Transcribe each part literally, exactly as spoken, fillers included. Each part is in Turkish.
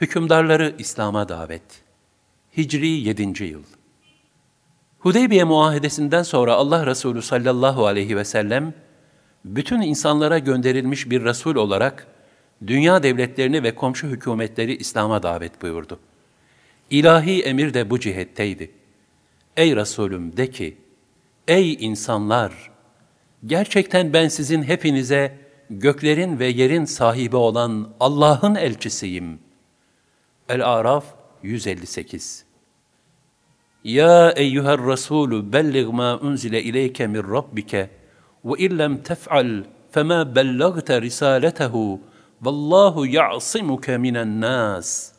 Hükümdarları İslam'a davet. Hicri yedinci yıl. Hudeybiye muahedesinden sonra Allah Resulü sallallahu aleyhi ve sellem, bütün insanlara gönderilmiş bir Resul olarak, dünya devletlerini ve komşu hükümetleri İslam'a davet buyurdu. İlahi emir de bu cihetteydi. Ey Resulüm de ki, ey insanlar! Gerçekten ben sizin hepinize göklerin ve yerin sahibi olan Allah'ın elçisiyim. El-Araf yüz elli sekiz. Ya eyyuhel Resulü belliğ ma unzile ileyke min Rabbike ve illem tef'al fema bellagte risaletehu vallahu ya'simuke minen nas.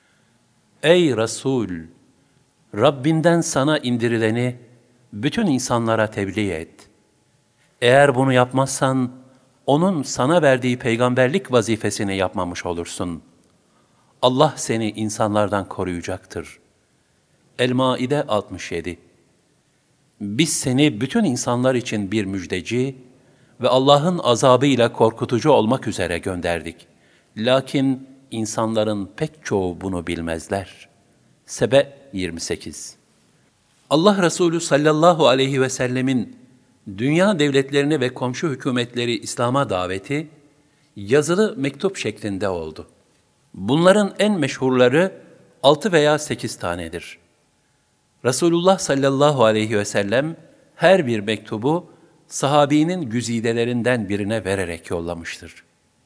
Ey Resul! Rabbinden sana indirileni bütün insanlara tebliğ et. Eğer bunu yapmazsan, onun sana verdiği peygamberlik vazifesini yapmamış olursun. Allah seni insanlardan koruyacaktır. El-Maide altmış yedi. Biz seni bütün insanlar için bir müjdeci ve Allah'ın azabıyla korkutucu olmak üzere gönderdik. Lakin insanların pek çoğu bunu bilmezler. Sebe yirmi sekiz. Allah Resulü sallallahu aleyhi ve sellemin dünya devletlerini ve komşu hükümetleri İslam'a daveti, yazılı mektup şeklinde oldu. Bunların en meşhurları altı veya sekiz tanedir. Resulullah sallallahu aleyhi ve sellem her bir mektubu sahabinin güzidelerinden birine vererek yollamıştır.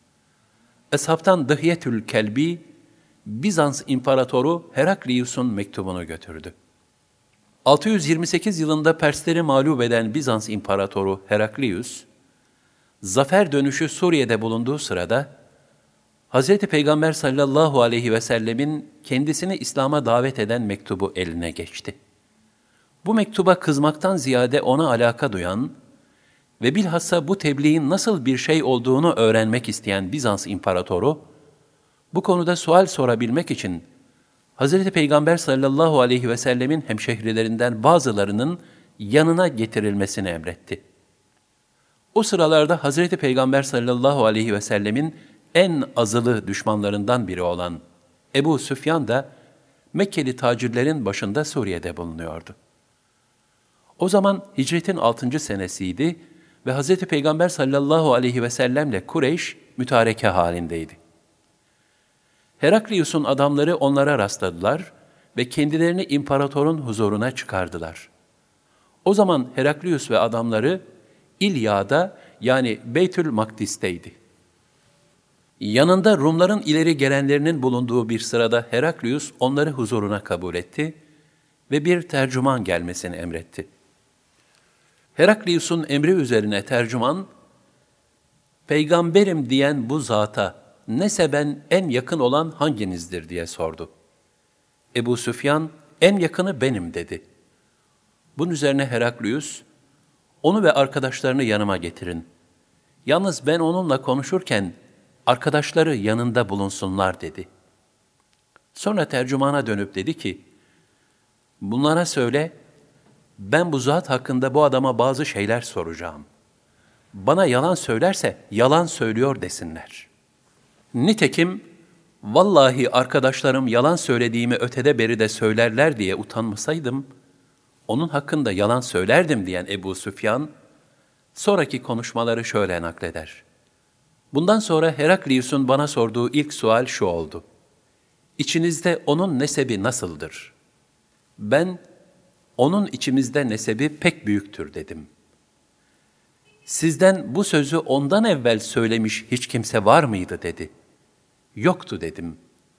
Eshabtan Dıhyetül Kelbi, Bizans İmparatoru Heraklius'un mektubunu götürdü. altı yüz yirmi sekiz yılında Persleri mağlup eden Bizans İmparatoru Heraklius, zafer dönüşü Suriye'de bulunduğu sırada, Hazreti Peygamber sallallahu aleyhi ve sellemin kendisini İslam'a davet eden mektubu eline geçti. Bu mektuba kızmaktan ziyade ona alaka duyan ve bilhassa bu tebliğin nasıl bir şey olduğunu öğrenmek isteyen Bizans İmparatoru, bu konuda sual sorabilmek için Hazreti Peygamber sallallahu aleyhi ve sellemin hemşehrilerinden bazılarının yanına getirilmesini emretti. O sıralarda Hazreti Peygamber sallallahu aleyhi ve sellemin en azılı düşmanlarından biri olan Ebu Süfyan da Mekkeli tacirlerin başında Suriye'de bulunuyordu. O zaman hicretin altıncı senesiydi ve Hazreti Peygamber sallallahu aleyhi ve sellemle Kureyş mütareke halindeydi. Heraklius'un adamları onlara rastladılar ve kendilerini imparatorun huzuruna çıkardılar. O zaman Heraklius ve adamları İlya'da yani Beytül Makdis'teydi. Yanında Rumların ileri gelenlerinin bulunduğu bir sırada Heraklius onları huzuruna kabul etti ve bir tercüman gelmesini emretti. Heraklius'un emri üzerine tercüman, "Peygamberim diyen bu zata neseben en yakın olan hanginizdir?" diye sordu. Ebu Süfyan, "En yakını benim." dedi. Bunun üzerine Heraklius, "Onu ve arkadaşlarını yanıma getirin. Yalnız ben onunla konuşurken arkadaşları yanında bulunsunlar." dedi. Sonra tercümana dönüp dedi ki, "Bunlara söyle, ben bu zat hakkında bu adama bazı şeyler soracağım. Bana yalan söylerse yalan söylüyor desinler. Nitekim, vallahi arkadaşlarım yalan söylediğimi ötede beri de söylerler diye utanmasaydım, onun hakkında yalan söylerdim" diyen Ebu Süfyan, sonraki konuşmaları şöyle nakleder. Bundan sonra Heraklius'un bana sorduğu ilk sual şu oldu: "İçinizde onun nesebi nasıldır?" Ben, "Onun içimizde nesebi pek büyüktür." dedim. "Sizden bu sözü ondan evvel söylemiş hiç kimse var mıydı?" dedi. "Yoktu." dedim.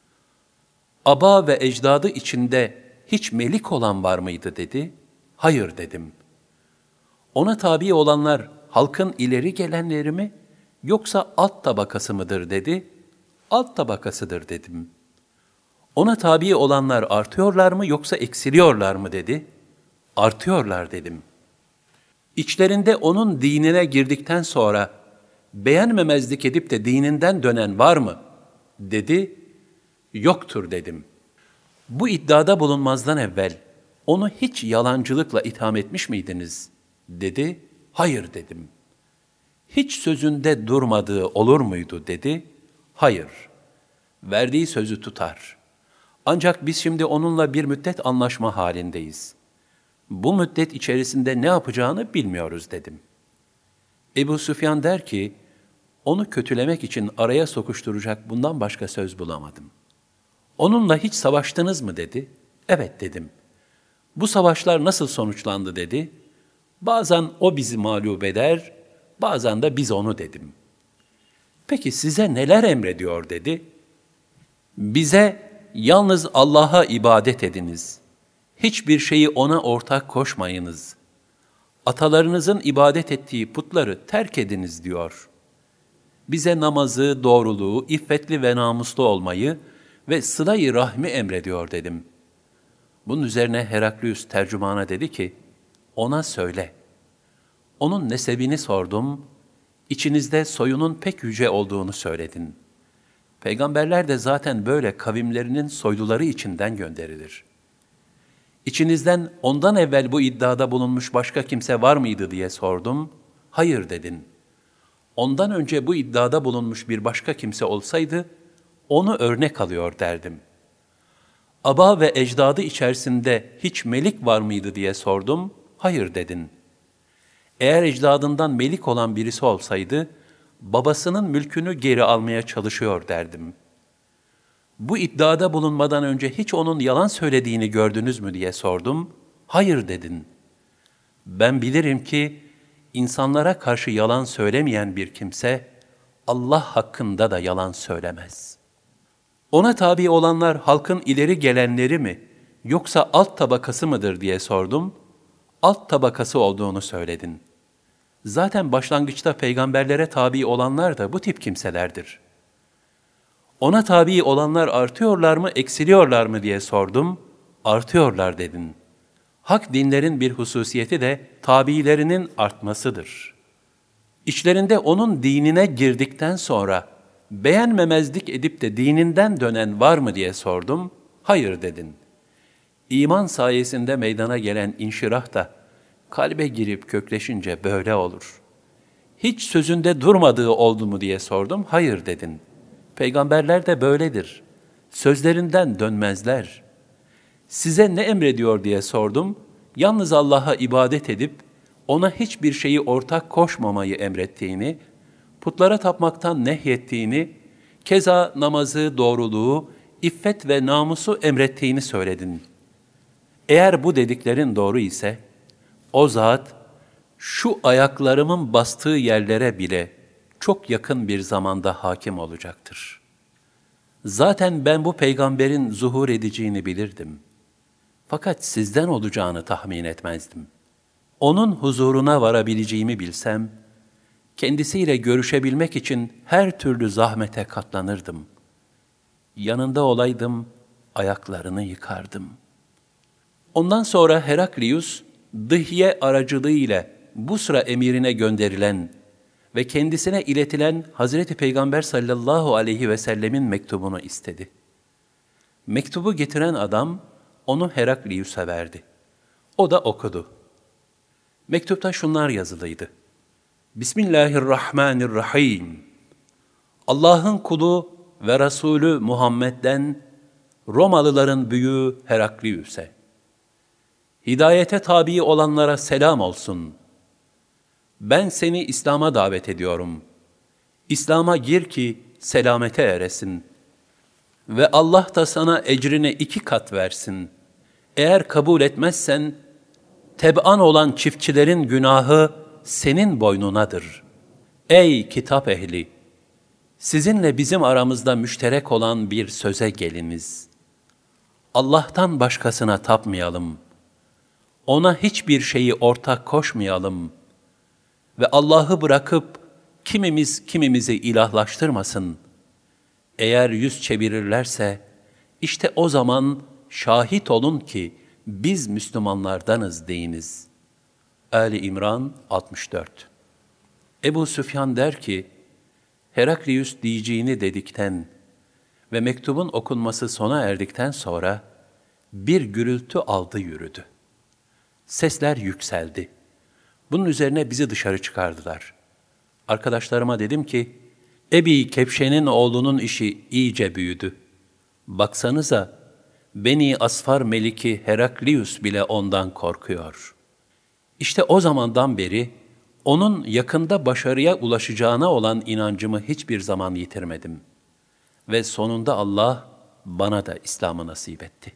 "Aba ve ecdadı içinde hiç melik olan var mıydı?" dedi. "Hayır." dedim. "Ona tabi olanlar halkın ileri gelenleri mi, yoksa alt tabakası mıdır?" dedi. "Alt tabakasıdır." dedim. "Ona tabi olanlar artıyorlar mı, yoksa eksiliyorlar mı?" dedi. "Artıyorlar." dedim. "İçlerinde onun dinine girdikten sonra beğenmemezlik edip de dininden dönen var mı?" dedi. "Yoktur." dedim. "Bu iddiada bulunmazdan evvel onu hiç yalancılıkla itham etmiş miydiniz?" dedi. "Hayır." dedim. "Hiç sözünde durmadığı olur muydu?" dedi. "Hayır." Verdiği sözü tutar. Ancak biz şimdi onunla bir müddet anlaşma halindeyiz. Bu müddet içerisinde ne yapacağını bilmiyoruz dedim. Ebu Süfyan der ki, onu kötülemek için araya sokuşturacak bundan başka söz bulamadım. Onunla hiç savaştınız mı dedi. Evet dedim. Bu savaşlar nasıl sonuçlandı dedi. Bazen o bizi mağlup eder, bazen de biz onu dedim. Peki size neler emrediyor dedi. Bize yalnız Allah'a ibadet ediniz. Hiçbir şeyi ona ortak koşmayınız. Atalarınızın ibadet ettiği putları terk ediniz diyor. Bize namazı, doğruluğu, iffetli ve namuslu olmayı ve sıla-i rahmi emrediyor dedim. Bunun üzerine Heraklius tercümana dedi ki, ona söyle. Onun nesebini sordum, içinizde soyunun pek yüce olduğunu söyledin. Peygamberler de zaten böyle kavimlerinin soyluları içinden gönderilir. İçinizden ondan evvel bu iddiada bulunmuş başka kimse var mıydı diye sordum. Hayır dedin. Ondan önce bu iddiada bulunmuş bir başka kimse olsaydı, onu örnek alıyor derdim. Aba ve ecdadı içerisinde hiç melik var mıydı diye sordum. Hayır dedin. Eğer ecdadından melik olan birisi olsaydı, babasının mülkünü geri almaya çalışıyor derdim. Bu iddiada bulunmadan önce hiç onun yalan söylediğini gördünüz mü diye sordum. Hayır dedin. Ben bilirim ki insanlara karşı yalan söylemeyen bir kimse Allah hakkında da yalan söylemez. Ona tabi olanlar halkın ileri gelenleri mi yoksa alt tabakası mıdır diye sordum. Alt tabakası olduğunu söyledin. Zaten başlangıçta peygamberlere tabi olanlar da bu tip kimselerdir. Ona tabi olanlar artıyorlar mı, eksiliyorlar mı diye sordum. Artıyorlar dedin. Hak dinlerin bir hususiyeti de tabiilerinin artmasıdır. İçlerinde onun dinine girdikten sonra beğenmemezlik edip de dininden dönen var mı diye sordum. Hayır dedin. İman sayesinde meydana gelen inşirah da kalbe girip kökleşince böyle olur. Hiç sözünde durmadığı oldu mu diye sordum. Hayır dedin. Peygamberler de böyledir. Sözlerinden dönmezler. Size ne emrediyor diye sordum. Yalnız Allah'a ibadet edip ona hiçbir şeyi ortak koşmamayı emrettiğini, putlara tapmaktan nehyettiğini, keza namazı, doğruluğu, iffet ve namusu emrettiğini söyledin. Eğer bu dediklerin doğru ise, o zat şu ayaklarımın bastığı yerlere bile çok yakın bir zamanda hakim olacaktır. Zaten ben bu peygamberin zuhur edeceğini bilirdim. Fakat sizden olacağını tahmin etmezdim. Onun huzuruna varabileceğimi bilsem, kendisiyle görüşebilmek için her türlü zahmete katlanırdım. Yanında olaydım, ayaklarını yıkardım. Ondan sonra Heraklius, Dıhye aracılığıyla Busra emirine gönderilen ve kendisine iletilen Hazreti Peygamber sallallahu aleyhi ve sellemin mektubunu istedi. Mektubu getiren adam onu Heraklius'a verdi. O da okudu. Mektupta şunlar yazılıydı. Bismillahirrahmanirrahim. Allah'ın kulu ve Resulü Muhammed'den Romalıların büyüğü Heraklius'e. Hidayete tabi olanlara selam olsun. Ben seni İslam'a davet ediyorum. İslam'a gir ki selamete eresin. Ve Allah da sana ecrini iki kat versin. Eğer kabul etmezsen, teb'an olan çiftçilerin günahı senin boynunadır. Ey kitap ehli! Sizinle bizim aramızda müşterek olan bir söze geliniz. Allah'tan başkasına tapmayalım. Ona hiçbir şeyi ortak koşmayalım. Ve Allah'ı bırakıp kimimiz kimimizi ilahlaştırmasın. Eğer yüz çevirirlerse, işte o zaman şahit olun ki biz Müslümanlardanız deyiniz. Ali İmran altmış dört. Ebu Süfyan der ki, Heraklius diyeceğini dedikten ve mektubun okunması sona erdikten sonra bir gürültü aldı yürüdü. Sesler yükseldi. Bunun üzerine bizi dışarı çıkardılar. Arkadaşlarıma dedim ki, Ebi Kepşe'nin oğlunun işi iyice büyüdü. Baksanıza, Beni Asfar Meliki Heraklius bile ondan korkuyor. İşte o zamandan beri onun yakında başarıya ulaşacağına olan inancımı hiçbir zaman yitirmedim. Ve sonunda Allah bana da İslam'ı nasip etti.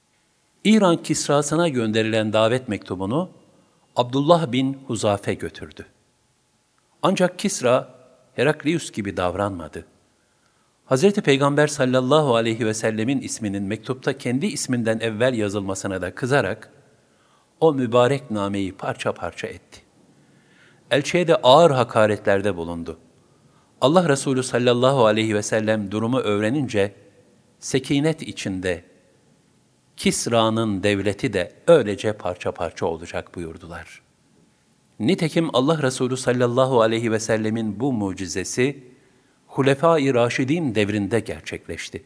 İran Kisrasına gönderilen davet mektubunu Abdullah bin Huzafe götürdü. Ancak Kisra, Heraklius gibi davranmadı. Hazreti Peygamber sallallahu aleyhi ve sellemin isminin mektupta kendi isminden evvel yazılmasına da kızarak, o mübarek nameyi parça parça etti. Elçiye de ağır hakaretlerde bulundu. Allah Resulü sallallahu aleyhi ve sellem durumu öğrenince, sekinet içinde, Kisra'nın devleti de öylece parça parça olacak buyurdular. Nitekim Allah Resulü sallallahu aleyhi ve sellemin bu mucizesi, Hulefâ-i Raşidîn devrinde gerçekleşti.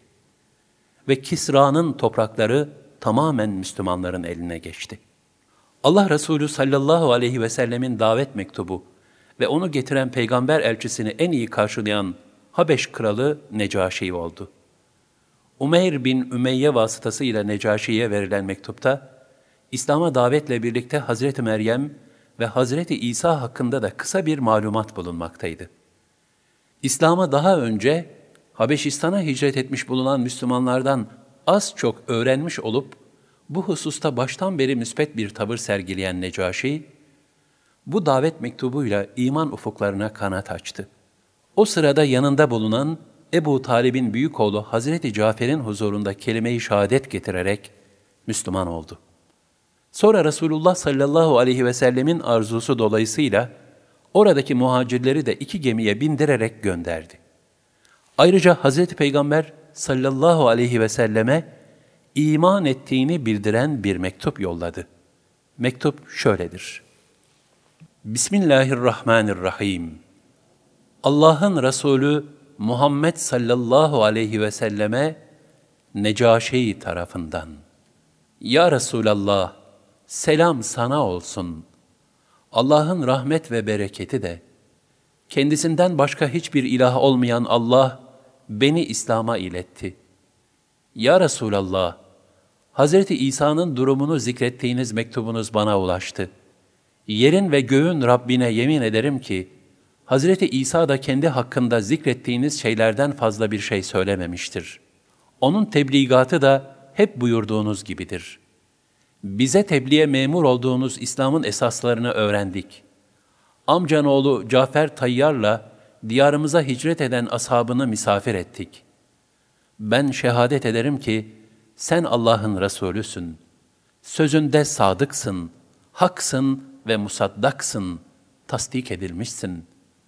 Ve Kisra'nın toprakları tamamen Müslümanların eline geçti. Allah Resulü sallallahu aleyhi ve sellemin davet mektubu ve onu getiren peygamber elçisini en iyi karşılayan Habeş kralı Necaşi oldu. Umeyr bin Ümeyye vasıtasıyla Necaşi'ye verilen mektupta, İslam'a davetle birlikte Hazreti Meryem ve Hazreti İsa hakkında da kısa bir malumat bulunmaktaydı. İslam'a daha önce Habeşistan'a hicret etmiş bulunan Müslümanlardan az çok öğrenmiş olup, bu hususta baştan beri müspet bir tavır sergileyen Necaşi, bu davet mektubuyla iman ufuklarına kanat açtı. O sırada yanında bulunan Ebu Talib'in büyük oğlu Hazreti Cafer'in huzurunda kelime-i şehadet getirerek Müslüman oldu. Sonra Resulullah sallallahu aleyhi ve sellemin arzusu dolayısıyla oradaki muhacirleri de iki gemiye bindirerek gönderdi. Ayrıca Hazreti Peygamber sallallahu aleyhi ve selleme iman ettiğini bildiren bir mektup yolladı. Mektup şöyledir. Bismillahirrahmanirrahim. Allah'ın Resulü Muhammed sallallahu aleyhi ve selleme Necaşi tarafından. Ya Resulallah, selam sana olsun. Allah'ın rahmet ve bereketi de, kendisinden başka hiçbir ilah olmayan Allah, beni İslam'a iletti. Ya Resulallah, Hazreti İsa'nın durumunu zikrettiğiniz mektubunuz bana ulaştı. Yerin ve göğün Rabbine yemin ederim ki, Hazreti İsa da kendi hakkında zikrettiğiniz şeylerden fazla bir şey söylememiştir. Onun tebliğatı da hep buyurduğunuz gibidir. Bize tebliğe memur olduğunuz İslam'ın esaslarını öğrendik. Amcanoğlu Cafer Tayyar'la diyarımıza hicret eden ashabını misafir ettik. Ben şehadet ederim ki sen Allah'ın Resulüsün. Sözünde sadıksın, haksın ve musaddaksın, tasdik edilmişsin.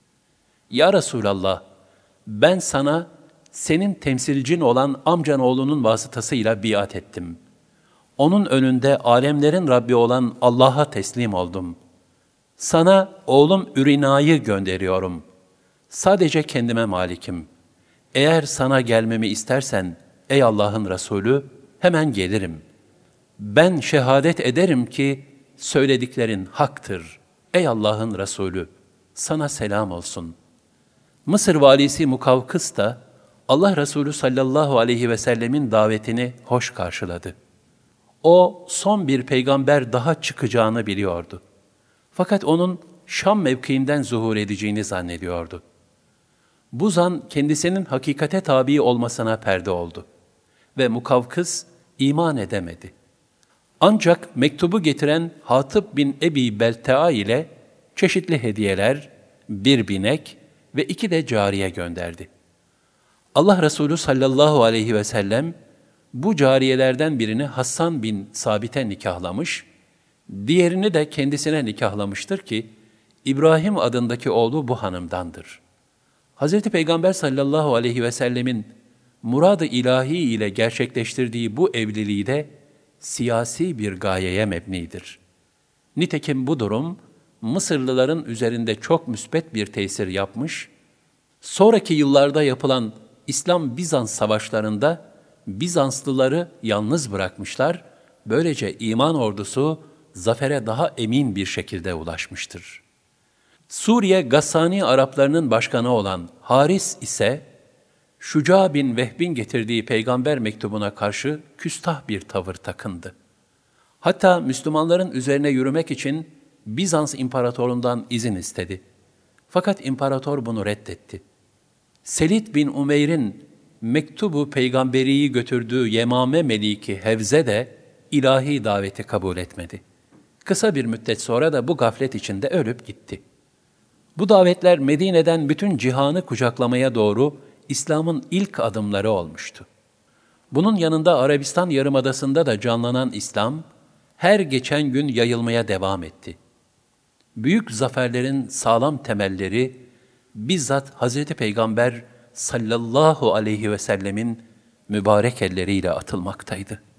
Ya Resulallah, ben sana senin temsilcin olan amcanoğlunun vasıtasıyla biat ettim. Onun önünde alemlerin Rabbi olan Allah'a teslim oldum. Sana oğlum Ürina'yı gönderiyorum. Sadece kendime malikim. Eğer sana gelmemi istersen, ey Allah'ın Resulü, hemen gelirim. Ben şehadet ederim ki söylediklerin haktır. Ey Allah'ın Resulü, sana selam olsun. Mısır valisi Mukavkıs da Allah Resulü sallallahu aleyhi ve sellemin davetini hoş karşıladı. O son bir peygamber daha çıkacağını biliyordu. Fakat onun Şam mevkiinden zuhur edeceğini zannediyordu. Bu zan kendisinin hakikate tabi olmasına perde oldu. Ve Mukavkıs iman edemedi. Ancak mektubu getiren Hatib bin Ebi Beltea ile çeşitli hediyeler, bir binek ve iki de cariye gönderdi. Allah Resulü sallallahu aleyhi ve sellem bu cariyelerden birini Hassan bin Sabit'e nikahlamış, diğerini de kendisine nikahlamıştır ki İbrahim adındaki oğlu bu hanımdandır. Hazreti Peygamber sallallahu aleyhi ve sellemin murad-ı ilahi ile gerçekleştirdiği bu evliliği de siyasi bir gayeye mebnidir. Nitekim bu durum Mısırlıların üzerinde çok müsbet bir tesir yapmış, sonraki yıllarda yapılan İslam-Bizans savaşlarında Bizanslıları yalnız bırakmışlar, böylece iman ordusu zafere daha emin bir şekilde ulaşmıştır. Suriye Gassani Araplarının başkanı olan Haris ise, Şuca bin Vehb'in getirdiği peygamber mektubuna karşı küstah bir tavır takındı. Hatta Müslümanların üzerine yürümek için Bizans imparatorundan izin istedi. Fakat imparator bunu reddetti. Selid bin Umeyr'in mektubu peygamberiyi götürdüğü Yemame Meliki Hevze de ilahi daveti kabul etmedi. Kısa bir müddet sonra da bu gaflet içinde ölüp gitti. Bu davetler Medine'den bütün cihanı kucaklamaya doğru İslam'ın ilk adımları olmuştu. Bunun yanında Arabistan Yarımadası'nda da canlanan İslam, her geçen gün yayılmaya devam etti. Büyük zaferlerin sağlam temelleri, bizzat Hazreti Peygamber sallallahu aleyhi ve sellemin mübarek elleriyle atılmaktaydı.